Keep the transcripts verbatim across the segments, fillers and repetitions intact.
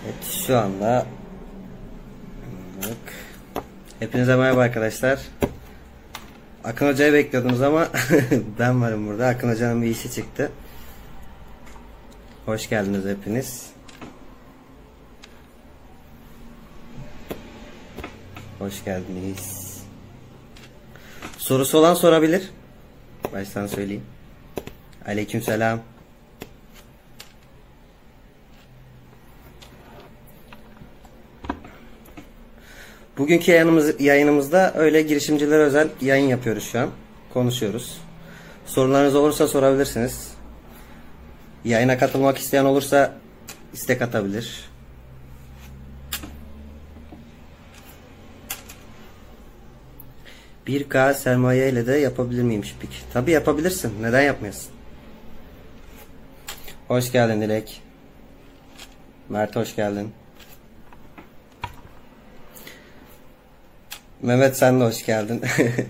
Evet, şu anda bak. Hepinize merhaba arkadaşlar. Akın Hoca'yı bekliyordunuz ama ben varım burada. Akın Hoca'nın bir işi çıktı. Hoş geldiniz hepiniz. Hoş geldiniz. Sorusu olan sorabilir. Baştan söyleyeyim. Aleykümselam. Bugünkü yayınımız, yayınımızda öyle girişimcilere özel yayın yapıyoruz şu an. Konuşuyoruz. Sorularınız olursa sorabilirsiniz. Yayına katılmak isteyen olursa istek atabilir. bir K sermaye ile de yapabilir miymiş peki? Tabii yapabilirsin. Neden yapmıyorsun? Hoş geldin Dilek. Mert hoş geldin. Mehmet sen de hoş geldin.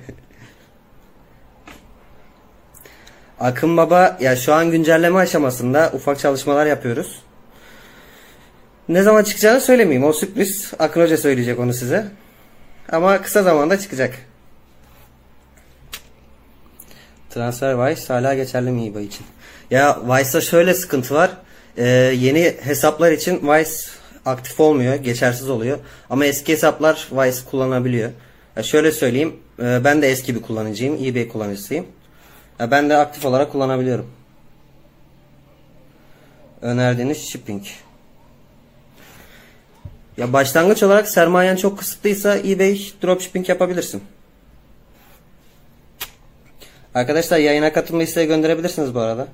Akın Baba ya şu an güncelleme aşamasında ufak çalışmalar yapıyoruz. Ne zaman çıkacağını söylemeyeyim. O sürpriz. Akın Hoca söyleyecek onu size. Ama kısa zamanda çıkacak. TransferWise hala geçerli mi eBay için? Ya Vice'da şöyle sıkıntı var. Ee, yeni hesaplar için Vice aktif olmuyor. Geçersiz oluyor. Ama eski hesaplar Vice kullanabiliyor. Ya şöyle söyleyeyim. E, ben de eski bir kullanıcıyım. eBay kullanıcısıyım. Ya ben de aktif olarak kullanabiliyorum. Önerdiğiniz shipping. Ya başlangıç olarak sermayen çok kısıtlıysa eBay dropshipping yapabilirsin. Arkadaşlar yayına katılma isteği gönderebilirsiniz bu arada.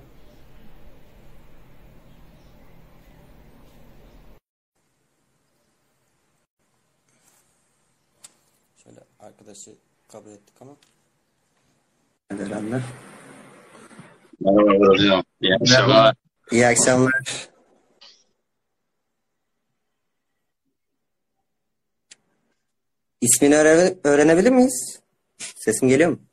Şöyle arkadaşı kabul ettik ama. Herhalde. Merhaba hocam. İyi akşamlar. İyi akşamlar. İsmini öğre- öğrenebilir miyiz? Sesim geliyor mu?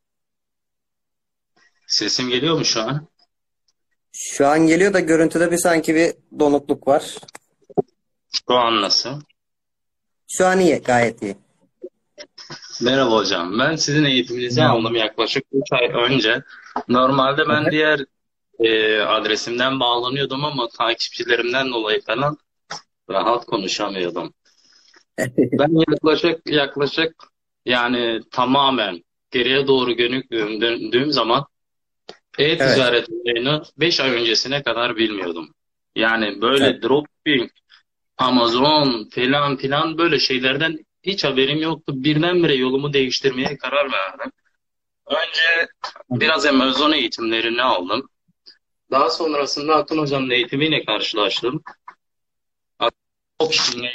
Sesim geliyor mu şu an? Şu an geliyor da görüntüde bir sanki bir donukluk var. Şu an nasıl? Şu an iyi, gayet iyi. Merhaba hocam. Ben sizin eğitiminizi aldım yaklaşık üç ay önce. Normalde ben diğer e, adresimden bağlanıyordum ama takipçilerimden dolayı falan rahat konuşamıyordum. Ben yaklaşık yaklaşık yani tamamen geriye doğru dönük döndüğüm zaman Evet. e-ticaret olayını beş ay öncesine kadar bilmiyordum. Yani Evet. böyle dropshipping, Amazon falan filan böyle şeylerden hiç haberim yoktu. Birdenbire yolumu değiştirmeye karar verdim. Önce biraz Amazon eğitimlerini aldım. Daha sonrasında Akın Hocam'ın eğitimiyle karşılaştım. Dropshipping'e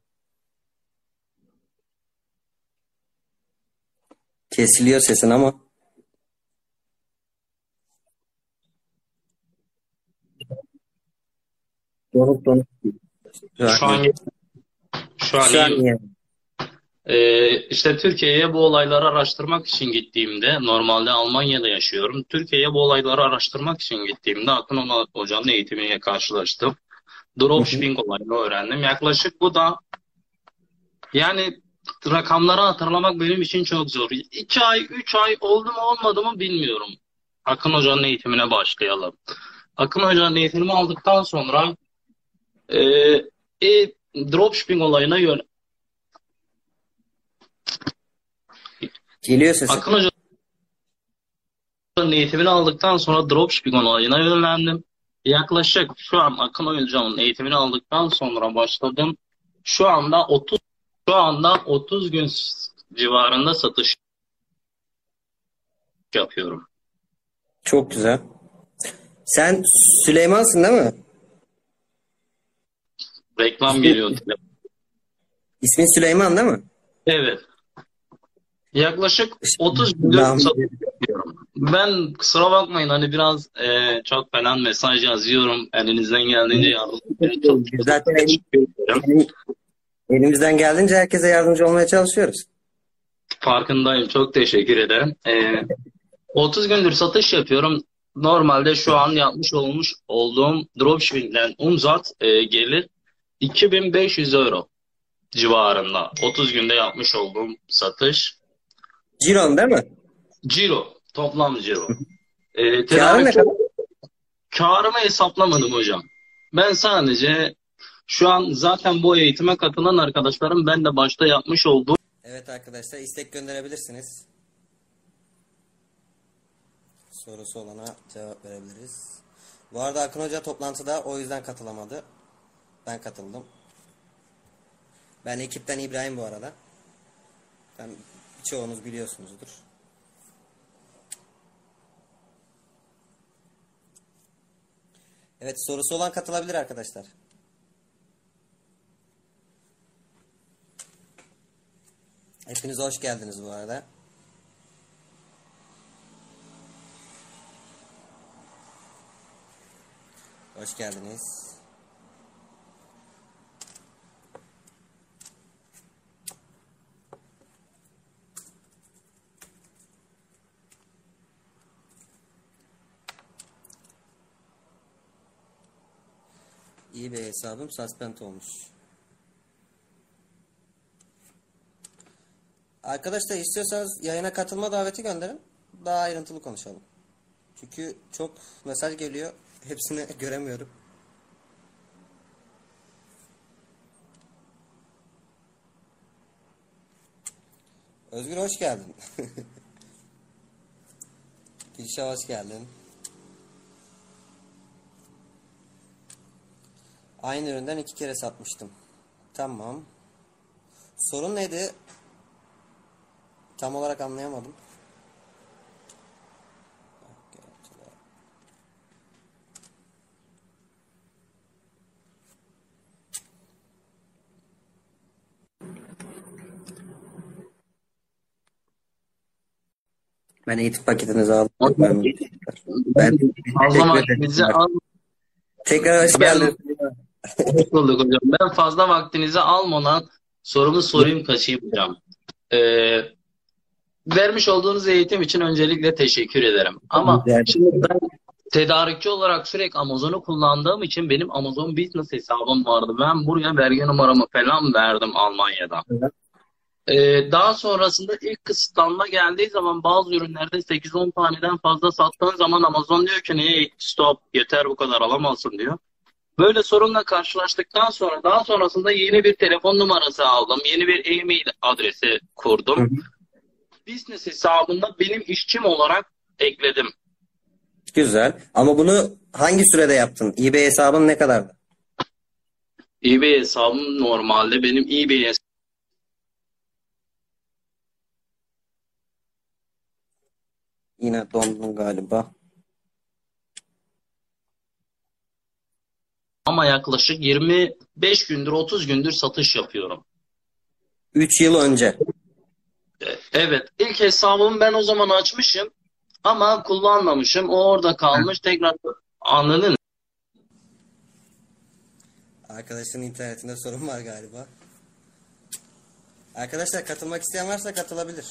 Kesiliyor sesin ama. Donuk donuk. Şu an şu iyi. an şu an Şu an iyiyim. iyi. Ee, işte Türkiye'ye bu olayları araştırmak için gittiğimde, normalde Almanya'da yaşıyorum. Türkiye'ye bu olayları araştırmak için gittiğimde Akın Ona- Hoca'nın eğitimiyle karşılaştım. Hı hı. Dropshipping olayını öğrendim. Yaklaşık bu da yani rakamları hatırlamak benim için çok zor. İki ay, üç ay oldu mu olmadı mı bilmiyorum. Akın Hoca'nın eğitimine başlayalım. Akın Hoca'nın eğitimini aldıktan sonra e, e, dropshipping olayına yön Geliyor sesin. Akın Hoca'nın eğitimini aldıktan sonra dropshipping olayına yönlendim. Yaklaşık şu an Akın Hoca'nın eğitimini aldıktan sonra başladım. Şu anda otuz şu anda otuz gün civarında satış yapıyorum. Çok güzel. Sen Süleyman'sın değil mi? Reklam İsmin, geliyor. ismin Süleyman değil mi? Evet. Yaklaşık otuz gündür Nam satış yapıyorum. Ben kusura bakmayın hani biraz e, çok falan mesaj yazıyorum. Elinizden geldiğince yardım etmeye Biz çalışıyorum. zaten elim- Teşekkür ederim. elim- elimizden geldiğince herkese yardımcı olmaya çalışıyoruz. Farkındayım. Çok teşekkür ederim. E, otuz gündür satış yapıyorum. Normalde şu an yapmış olmuş olduğum dropshipping'den umzat e, gelir iki bin beş yüz euro civarında. otuz günde yapmış olduğum satış. Ciron değil mi? Ciro, toplam ciro. Ee, Kârı ne tedarikçi kadar? karımı hesaplamadım hocam. Ben sadece şu an zaten bu eğitime katılan arkadaşlarım ben de başta yapmış olduğum Evet arkadaşlar, istek gönderebilirsiniz. Sorusu olana cevap verebiliriz. Bu arada Akın Hoca toplantıda, o yüzden katılamadı. Ben katıldım. Ben ekipten İbrahim bu arada. Ben çoğunuz biliyorsunuzdur. Evet, sorusu olan katılabilir arkadaşlar. Hepiniz hoş geldiniz bu arada. Hoş geldiniz. İyi bir hesabım suspend olmuş. Arkadaşlar, istiyorsanız yayına katılma daveti gönderin. Daha ayrıntılı konuşalım. Çünkü çok mesaj geliyor. Hepsini göremiyorum. Özgür hoş geldin. Gülşah hoş geldin. Aynı üründen iki kere satmıştım. Tamam. Sorun neydi? Tam olarak anlayamadım. Ben eğitim paketinizi aldım. hocam. Ben, ben Fazla teşekkür vaktinizi ederim. al. Tekrar hoş Ben geldin. hoş bulduk hocam. Ben fazla vaktinizi almadan sorumu sorayım kaçayım hocam. Ee, vermiş olduğunuz eğitim için öncelikle teşekkür ederim. Ama Rica şimdi ederim. ben tedarikçi olarak sürekli Amazon'u kullandığım için benim Amazon Business hesabım vardı. Ben buraya vergi numaramı falan verdim Almanya'da. Ee, daha sonrasında ilk kısıtlanma geldiği zaman bazı ürünlerde sekiz on taneden fazla sattığın zaman Amazon diyor ki niye stop yeter bu kadar alamazsın diyor. Böyle sorunla karşılaştıktan sonra daha sonrasında yeni bir telefon numarası aldım. Yeni bir e-mail adresi Hı kurdum. hı. Business hesabında benim işçim olarak ekledim. Güzel. Ama bunu hangi sürede yaptın? eBay hesabın ne kadardı? eBay hesabım normalde benim eBay hesabım Yine dondun galiba. ama yaklaşık yirmi beş gündür otuz gündür satış yapıyorum. üç yıl önce. Evet, ilk hesabımı ben o zaman açmışım ama kullanmamışım. O orada kalmış. Tekrar anladın mı? Arkadaşın internetinde sorun var galiba. Arkadaşlar, katılmak isteyen varsa katılabilir.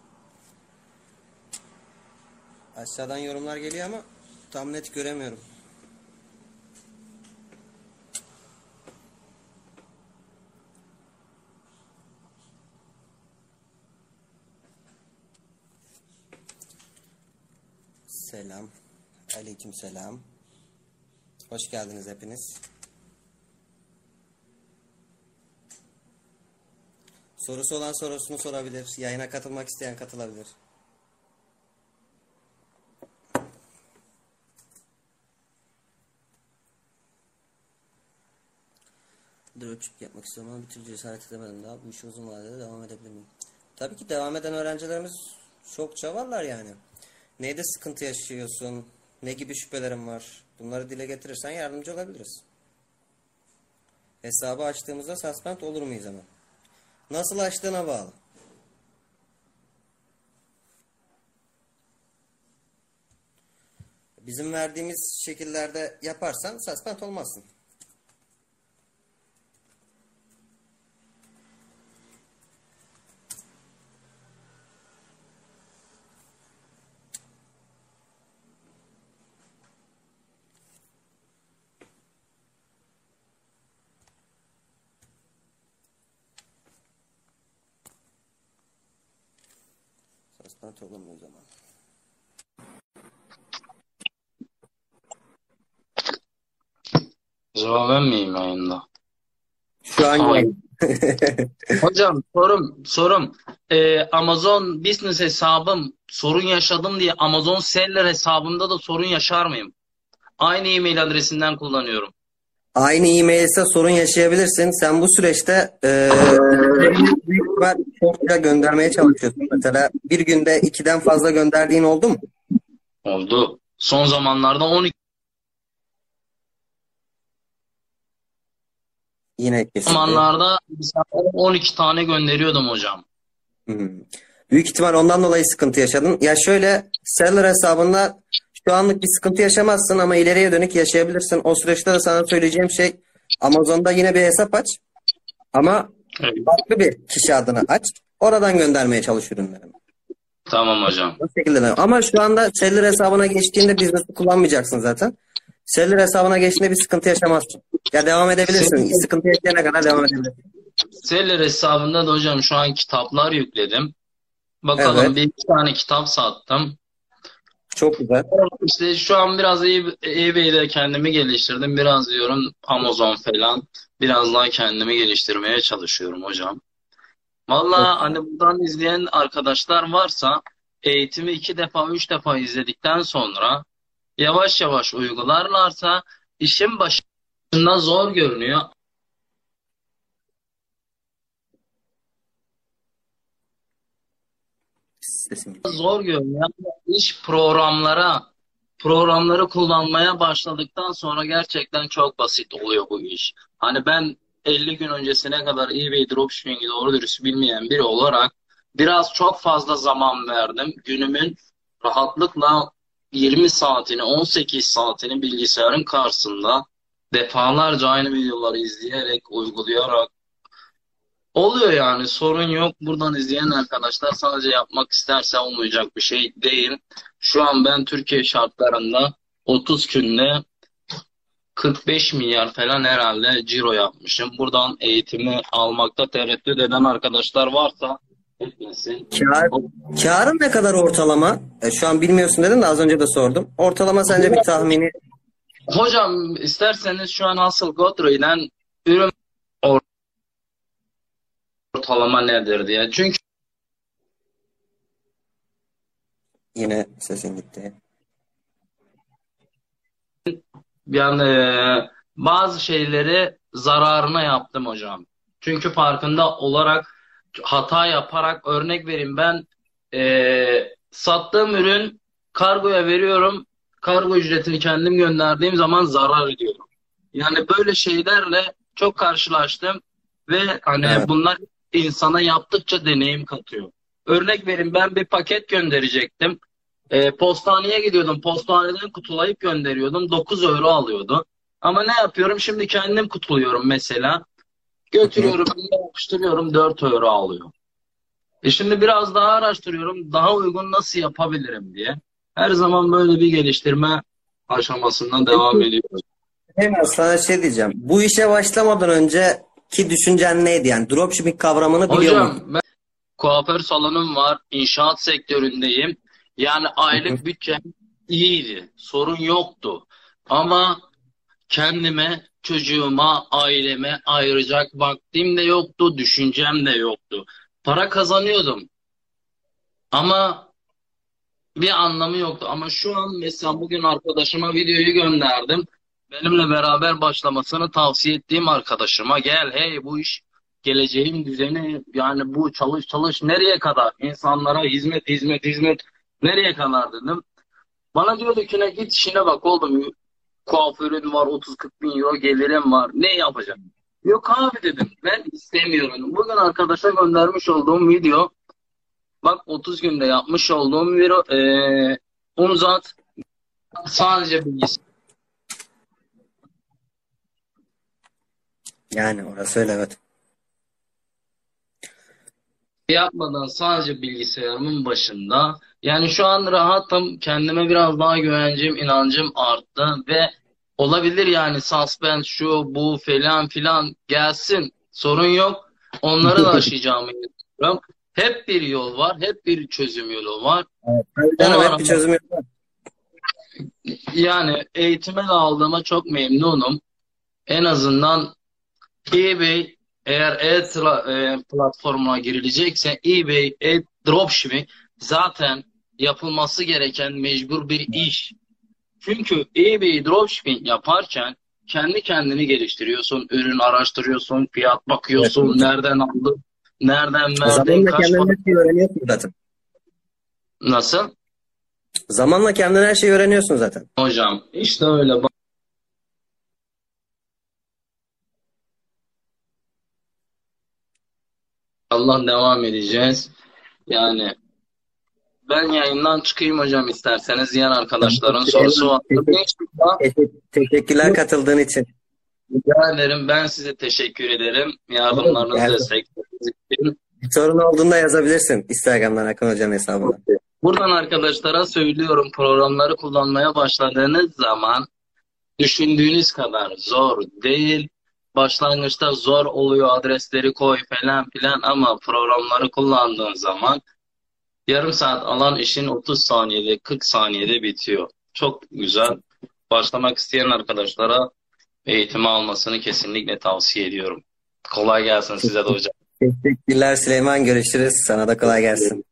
Aşağıdan yorumlar geliyor ama tam net göremiyorum. Selam. Aleyküm selam. Hoş geldiniz hepiniz. Sorusu olan sorusunu sorabilir. Yayına katılmak isteyen katılabilir. Dropship yapmak istiyorum ama bir türlü cesaret edemedim daha. Bu işi uzun vadede devam edebilir miyim? Tabii ki devam eden öğrencilerimiz çokça varlar yani. Neyde sıkıntı yaşıyorsun? Ne gibi şüphelerin var? Bunları dile getirirsen yardımcı olabiliriz. Hesabı açtığımızda suspend olur muyuz hemen? Nasıl açtığına bağlı. Bizim verdiğimiz şekillerde yaparsan suspend olmazsın. Atalım o zaman. Cevap vermeyeyim yayında. Şu an Hayır. geldi. Hocam sorum sorum Ee, Amazon Business hesabım sorun yaşadım diye Amazon Seller hesabımda da sorun yaşar mıyım? Aynı e-mail adresinden kullanıyorum. Aynı e-mail ise sorun yaşayabilirsin. Sen bu süreçte e, büyük ihtimal çokça göndermeye çalışıyorsun. Mesela bir günde ikiden fazla gönderdiğin oldu mu? Oldu. Son zamanlarda on iki Yine kesildi. zamanlarda mesela on iki tane gönderiyordum hocam. Hmm. Büyük ihtimal ondan dolayı sıkıntı yaşadın. Ya şöyle, seller hesabında şu anlık bir sıkıntı yaşamazsın ama ileriye dönük yaşayabilirsin. O süreçte de sana söyleyeceğim şey, Amazon'da yine bir hesap aç ama Evet. farklı bir kişi adına aç. Oradan göndermeye çalış ürünleri. Tamam hocam. Bu şekilde de. Ama şu anda seller hesabına geçtiğinde business'ı kullanmayacaksın zaten. Seller hesabına geçtiğinde bir sıkıntı yaşamazsın. Ya devam edebilirsin. Sıkıntı yaşayana kadar devam edebilirsin. Seller hesabında da hocam şu an kitaplar yükledim. Bakalım Evet. bir iki tane kitap sattım. Çok güzel. İşte şu an biraz e- eBay'de kendimi geliştirdim. Biraz diyorum Amazon falan. Biraz daha kendimi geliştirmeye çalışıyorum hocam. Valla hani buradan izleyen arkadaşlar varsa eğitimi iki defa, üç defa izledikten sonra yavaş yavaş uygularlarsa işin başında zor görünüyor. Sesim gitti. Zor görünüyor. Ama İş programlara, programları kullanmaya başladıktan sonra gerçekten çok basit oluyor bu iş. Hani ben elli gün öncesine kadar eBay dropshipping'i doğru dürüst bilmeyen biri olarak biraz çok fazla zaman verdim. Günümün rahatlıkla yirmi saatini, on sekiz saatini bilgisayarın karşısında defalarca aynı videoları izleyerek, uygulayarak oluyor yani sorun yok. Buradan izleyen arkadaşlar sadece yapmak isterse olmayacak bir şey değil. Şu an ben Türkiye şartlarında otuz günde kırk beş milyar falan herhalde ciro yapmışım. Buradan eğitimi almakta tereddüt eden arkadaşlar varsa etmesin. Kar, karın ne kadar ortalama? E, şu an bilmiyorsun dedin de az önce de sordum. Ortalama sence bir tahmini? Hocam isterseniz şu an Hustle Godreau'dan ürün ortalama nedir diye. Çünkü Yine sesin gitti. yani e, bazı şeyleri zararına yaptım hocam. Çünkü farkında olarak hata yaparak örnek vereyim ben e, sattığım ürün kargoya veriyorum. Kargo ücretini kendim gönderdiğim zaman zarar ediyorum. Yani böyle şeylerle çok karşılaştım ve hani Evet. bunlar insana yaptıkça deneyim katıyor. Örnek vereyim ben bir paket gönderecektim. E, postaneye gidiyordum. Postaneden kutulayıp gönderiyordum. dokuz euro alıyordu. Ama ne yapıyorum? Şimdi kendim kutuluyorum mesela. Hı hı. Götürüyorum, yapıştırıyorum dört euro alıyor. E şimdi biraz daha araştırıyorum. Daha uygun nasıl yapabilirim diye. Her zaman böyle bir geliştirme aşamasından devam Peki, ediyoruz. hemen sana şey diyeceğim. Bu işe başlamadan önceki düşüncen neydi? Yani dropshipping kavramını biliyor Hocam muydun? ben kuaför salonum var. İnşaat sektöründeyim. Yani Hı hı. aylık bütçem iyiydi. Sorun yoktu. Ama kendime, çocuğuma, aileme ayıracak vaktim de yoktu, düşüncem de yoktu. Para kazanıyordum ama bir anlamı yoktu. Ama şu an mesela bugün arkadaşıma videoyu gönderdim. Benimle beraber başlamasını tavsiye ettiğim arkadaşıma gel hey bu iş geleceğin düzeni yani bu çalış çalış nereye kadar insanlara hizmet hizmet hizmet nereye kadar dedim. Bana diyordu ki ne git işine bak oğlum kuaförün var otuz kırk bin euro gelirim var ne yapacağım? Yok abi dedim ben istemiyorum. Bugün arkadaşa göndermiş olduğum video bak otuz günde yapmış olduğum video eee Unzat sadece bilgisayar Yani orası öyle, evet. yapmadan sadece bilgisayarımın başında yani şu an rahatım kendime biraz daha güvencim inancım arttı ve olabilir yani suspens şu bu falan filan gelsin sorun yok onları da aşacağımı düşünüyorum. Hep bir yol var, hep bir çözüm yolu var. Evet. Tabii Onu canım, hep bir aramak, çözüm yok. yani eğitime de aldığıma çok memnunum. En azından eBay, eğer e-platformuna girilecekse eBay, e-dropshipping zaten yapılması gereken mecbur bir iş. Çünkü eBay dropshipping yaparken kendi kendini geliştiriyorsun, ürün araştırıyorsun, fiyat Evet. bakıyorsun, nereden aldın, nereden verdin, Zamanla kaç kendin para, her şeyi öğreniyorsun zaten. nasıl? Zamanla kendin her şeyi öğreniyorsun zaten. Hocam işte öyle. Allah devam edeceğiz. Yani ben yayından çıkayım hocam, isterseniz diğer Tamam. arkadaşların sorusu Süleyman, varsa teşekkür, inşallah. teşekkür- teşekkürler katıldığın için. Rica ederim. Ben size teşekkür ederim. Yardımlarınız, Her zaman. destekleriniz için. Bir sorun olduğunda yazabilirsin Instagram'dan Akın Hoca'nın hesabına. Buradan arkadaşlara söylüyorum, programları kullanmaya başladığınız zaman düşündüğünüz kadar zor değil. Başlangıçta zor oluyor, adresleri koy falan filan, ama programları kullandığın zaman yarım saat alan işin otuz saniyede, kırk saniyede bitiyor. Çok güzel. Başlamak isteyen arkadaşlara eğitimi almasını kesinlikle tavsiye ediyorum. Kolay gelsin size de hocam. Teşekkürler Süleyman. Görüşürüz. Sana da kolay gelsin.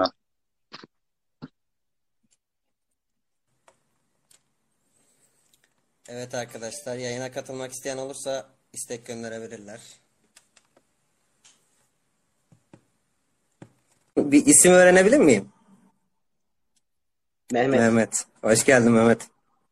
Evet arkadaşlar, yayına katılmak isteyen olursa istek gönderebilirler. Bir isim öğrenebilir miyim? Mehmet, Mehmet. Hoş geldin Mehmet.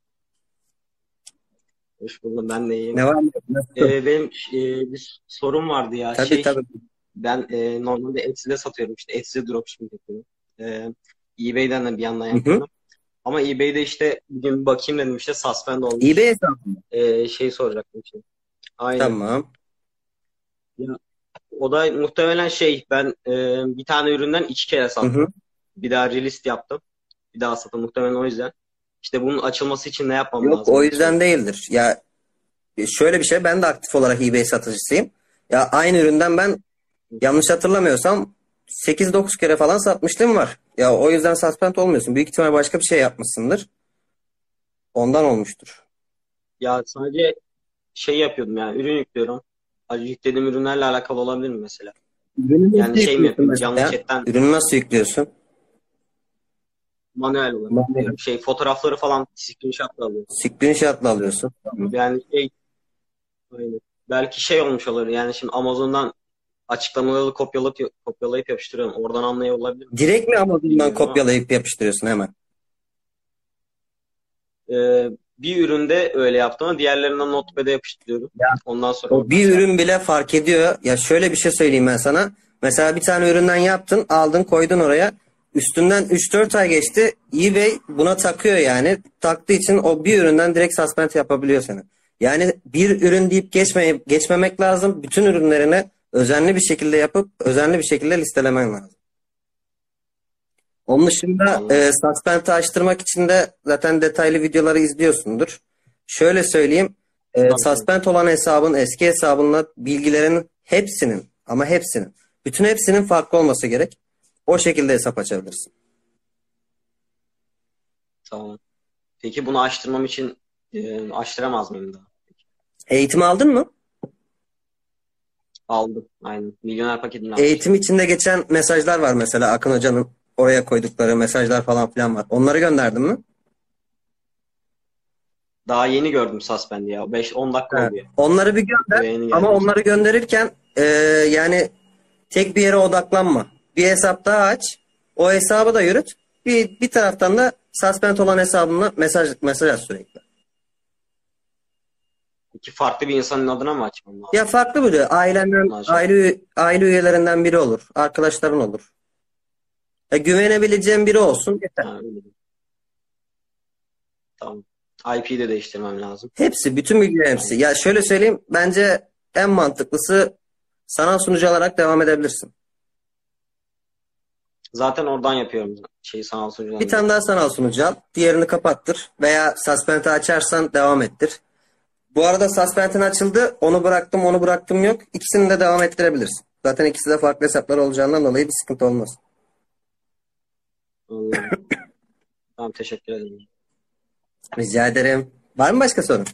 hoş buldum. Ben de iyiyim. Ne var? Nasılsın? Ee, benim e, bir sorum vardı ya. Tabii Şey, tabii. ben e, normalde Etsy'de satıyorum. İşte Etsy'de dropshipping yapıyorum. Ee, eBay'den de bir yandan Hı hı. yapıyorum. Ama eBay'de işte bugün bir bakayım dedim, işte suspend olmuş. eBay hesabı mı? Ee, şey soracaktım şimdi. Aynen. Tamam. Ya, o da muhtemelen şey, ben e, bir tane üründen iki kere Hı sattım. hı. Bir daha relist yaptım. Bir daha sattım. Muhtemelen o yüzden. İşte bunun açılması için ne yapmam Yok, lazım o diye yüzden soruyorum. değildir. Ya şöyle bir şey, ben de aktif olarak eBay satıcısıyım. Ya aynı üründen ben yanlış hatırlamıyorsam sekiz dokuz kere falan satmışlığım var. Ya o yüzden suspend olmuyorsun. Büyük ihtimal başka bir şey yapmışsındır. Ondan olmuştur. Ya sadece şey yapıyordum, yani ürün yüklüyorum. Acı yüklediğim ürünlerle alakalı olabilir mi mesela? Ürünü nasıl Yani şey mi yüklüyorsun yapıyorum? Canlı mesela? chatten Ürünü nasıl yüklüyorsun? manuel olarak Manuel. yüklüyorum. Şey, fotoğrafları falan screenshot'la alıyorum. Screenshot'la alıyorsun. Tamam. Yani şey, aynen. Belki şey olmuş olur. Yani şimdi Amazon'dan açıklamaları kopyalayıp kopyalayıp yapıştırıyorum. Oradan anlıyor olabilir mi? Direkt mi Amazon'dan Bilmiyorum ama. kopyalayıp yapıştırıyorsun hemen? Ee, bir üründe öyle yaptım ama diğerlerinden Notepad'e yapıştırıyorum. Ya Ondan sonra o oradan bir şey ürün yapıyorum. bile fark ediyor. Ya şöyle bir şey söyleyeyim ben sana. Mesela bir tane üründen yaptın, aldın, koydun oraya. Üstünden üç dört ay geçti. eBay buna takıyor yani. Taktığı için o bir üründen direkt suspend yapabiliyor seni. Yani bir ürün deyip geçmeye, geçmemek lazım. Bütün ürünlerini özenli bir şekilde yapıp özenli bir şekilde listelemen lazım. Onun dışında Anladım. e, suspend'i açtırmak için de zaten detaylı videoları izliyorsundur. Şöyle söyleyeyim. E, Tabii, tabii. suspend olan hesabın eski hesabınla bilgilerin hepsinin, ama hepsinin, bütün hepsinin farklı olması gerek. O şekilde hesap açabilirsin. Tamam. Peki bunu açtırmam için e, açtıramaz mıyım daha? Eğitim aldın mı? Aldım. Aynen. Milyoner paketini almıştım. Eğitim içinde geçen mesajlar var mesela, Akın Hoca'nın oraya koydukları mesajlar falan filan var. Onları gönderdin mi? Daha yeni gördüm suspend'i ya. beş on dakika Evet. oluyor. Onları bir Buraya gönder, yeni ama geldim işte. onları gönderirken e, yani tek bir yere odaklanma. Bir hesap daha aç. O hesabı da yürüt. Bir, bir taraftan da suspend olan hesabına mesaj mesaj at sürekli. İki farklı bir insanın adına mı açmam lazım Ya farklı biri. Ailenden, acaba? aile, aile üyelerinden biri olur. Arkadaşların olur. Ya güvenebileceğin biri olsun yeter. Ha, öyle. Tamam. I P'yi de değiştirmem lazım. Hepsi, bütün bilgiler hepsi. Tamam. Ya şöyle söyleyeyim. Bence en mantıklısı sanal sunucu alarak devam edebilirsin. Zaten oradan yapıyorum şeyi, sanal sunucudan Bir tane direkt. daha sanal sunucu al. Diğerini kapattır. Veya suspend'i açarsan devam ettir. Bu arada suspend'in açıldı. Onu bıraktım, onu bıraktım yok. İkisini de devam ettirebilirsin. Zaten ikisi de farklı hesaplar olacağından dolayı bir sıkıntı olmaz. Anladım. Tamam, teşekkür ederim. Rica ederim. Var mı başka sorun?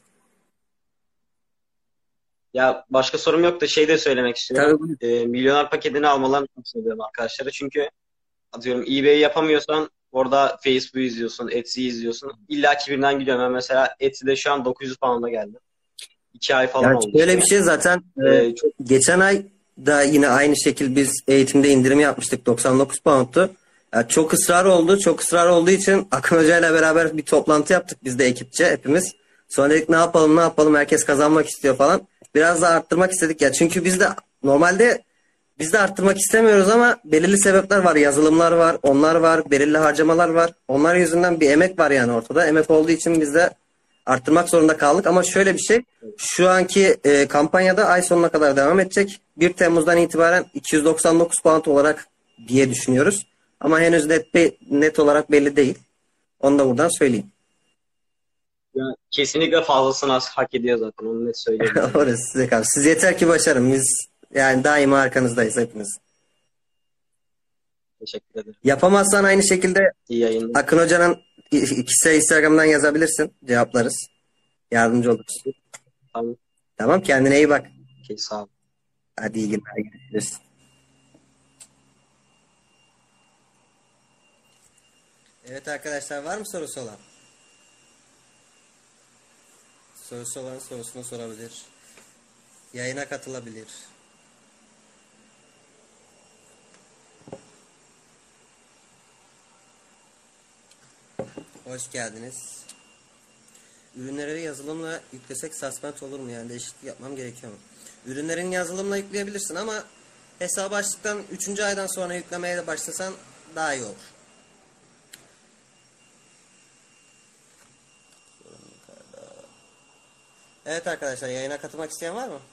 Ya başka sorum yok da şey de söylemek istiyorum. Tabii. Ee, milyoner paketini almalarını tavsiye ediyorum arkadaşlara. Çünkü atıyorum eBay yapamıyorsan orada Facebook'u izliyorsun, Etsy'yi izliyorsun. İlla ki birinden gidiyor. Ben mesela Etsy'de şu an dokuz yüz pound'a geldi. iki ay falan Yani oldu şöyle işte. bir şey zaten e, Ee, çok geçen ay da yine aynı şekil biz eğitimde indirim yapmıştık, doksan dokuz pound'tu. Yani çok ısrar oldu. Çok ısrar olduğu için Akın Hoca ile beraber bir toplantı yaptık biz de ekipçe hepimiz. Sonra dedik ne yapalım ne yapalım, herkes kazanmak istiyor falan. Biraz da arttırmak istedik ya. Çünkü biz de normalde biz de arttırmak istemiyoruz ama belirli sebepler var. Yazılımlar var, onlar var, belirli harcamalar var. Onlar yüzünden bir emek var yani ortada. Emek olduğu için biz de arttırmak zorunda kaldık. Ama şöyle bir şey, şu anki e, kampanyada ay sonuna kadar devam edecek. bir Temmuz'dan itibaren iki yüz doksan dokuz pound olarak diye düşünüyoruz. Ama henüz net be- net olarak belli değil. Onu da buradan söyleyeyim. ya, kesinlikle fazlasını az hak ediyor zaten. Onu net söyleyebilirim. Orası size kalmış. Siz yeter ki başarın. Biz yani daima arkanızdayız hepimiz. Teşekkür ederim. Yapamazsan aynı şekilde İyi yayınlar. Akın Hoca'nın kişisel Instagram'dan yazabilirsin. Cevaplarız. Yardımcı oluruz. Tamam. Tamam, kendine iyi bak. Okey, sağ ol. Hadi iyi günler, görüşürüz. Evet arkadaşlar, var mı sorusu olan? Sorusu olan sorusunu sorabilir. Yayına katılabilir. Hoş geldiniz. Ürünleri yazılımla yüklesek suspend olur mu? Yani değişiklik yapmam gerekiyor mu? Ürünlerin yazılımla yükleyebilirsin ama hesabı açtıktan üçüncü aydan sonra yüklemeye de başlasan daha iyi olur. Evet arkadaşlar, yayına katılmak isteyen var mı?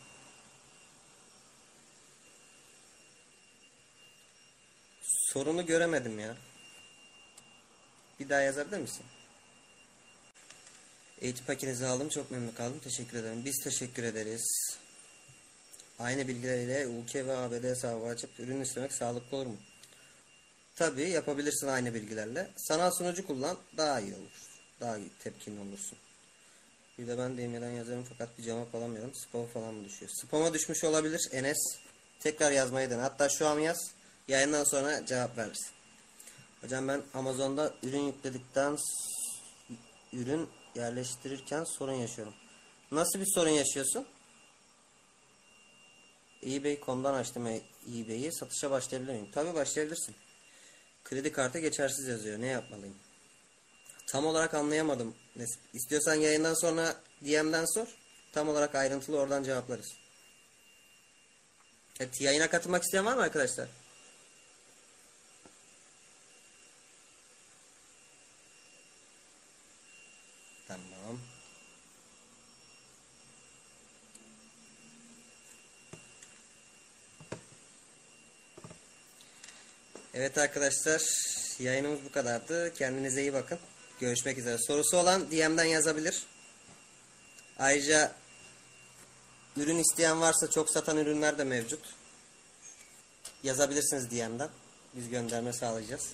Sorunu göremedim ya. Bir daha yazabilir misin? Eğitim paketinizi aldım. Çok memnun kaldım. Teşekkür ederim. Biz teşekkür ederiz. Aynı bilgilerle U K ve A B D hesabı açıp ürün istemek sağlıklı olur mu? Tabii yapabilirsin aynı bilgilerle. Sanal sunucu kullan. Daha iyi olur. Daha tepkili olursun. Bir de ben de e-mailden yazıyorum fakat bir cevap alamıyorum. Spam falan mı düşüyor? Spam'a düşmüş olabilir Enes. Tekrar yazmayı dene. Hatta şu an yaz. Yayından sonra cevap veririz. Hocam ben Amazon'da ürün yükledikten ürün yerleştirirken sorun yaşıyorum. Nasıl bir sorun yaşıyorsun? eBay nokta com'dan açtım eBay'i. Satışa başlayabilir miyim? Tabii başlayabilirsin. Kredi kartı geçersiz yazıyor. Ne yapmalıyım? Tam olarak anlayamadım. İstiyorsan yayından sonra D M'den sor. Tam olarak ayrıntılı oradan cevaplarız. Evet, yayına katılmak isteyen var mı arkadaşlar? Tamam. Evet arkadaşlar, yayınımız bu kadardı. Kendinize iyi bakın. Görüşmek üzere. Sorusu olan D M'den yazabilir. Ayrıca ürün isteyen varsa çok satan ürünler de mevcut. Yazabilirsiniz D M'den. Biz gönderme sağlayacağız.